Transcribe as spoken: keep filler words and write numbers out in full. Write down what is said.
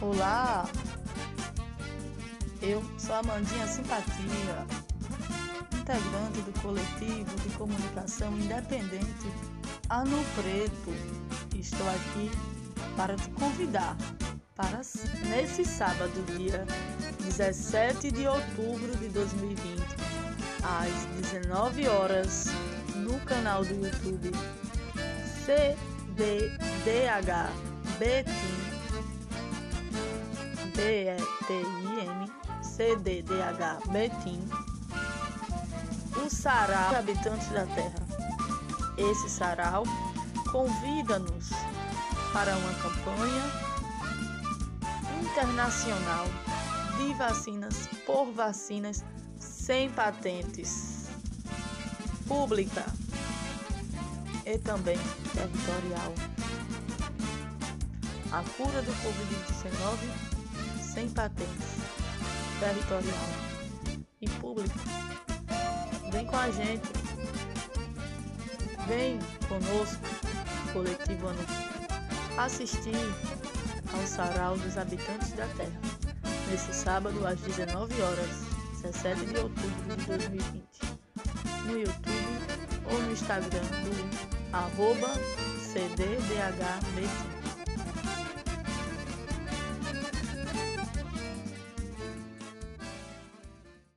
Olá, eu sou a Mandinha Simpatia, integrante do coletivo de comunicação independente Ano Preto. Estou aqui para te convidar para nesse sábado, dia dezessete de outubro de dois mil e vinte, às dezenove horas, no canal do YouTube C D D H Betim, B E T I M, C D D H Betim, o Sarau dos Habitantes da Terra. Esse sarau convida-nos para uma campanha internacional de vacinas por vacinas sem patentes, pública e também territorial. A cura do covid dezenove sem patentes, territorial e pública. Vem com a gente, vem conosco, coletivo Ano, assistir ao Sarau dos Habitantes da Terra, nesse sábado às dezenove horas, dezessete de outubro de dois mil e vinte, no YouTube ou no Instagram do arroba C D D H Betim.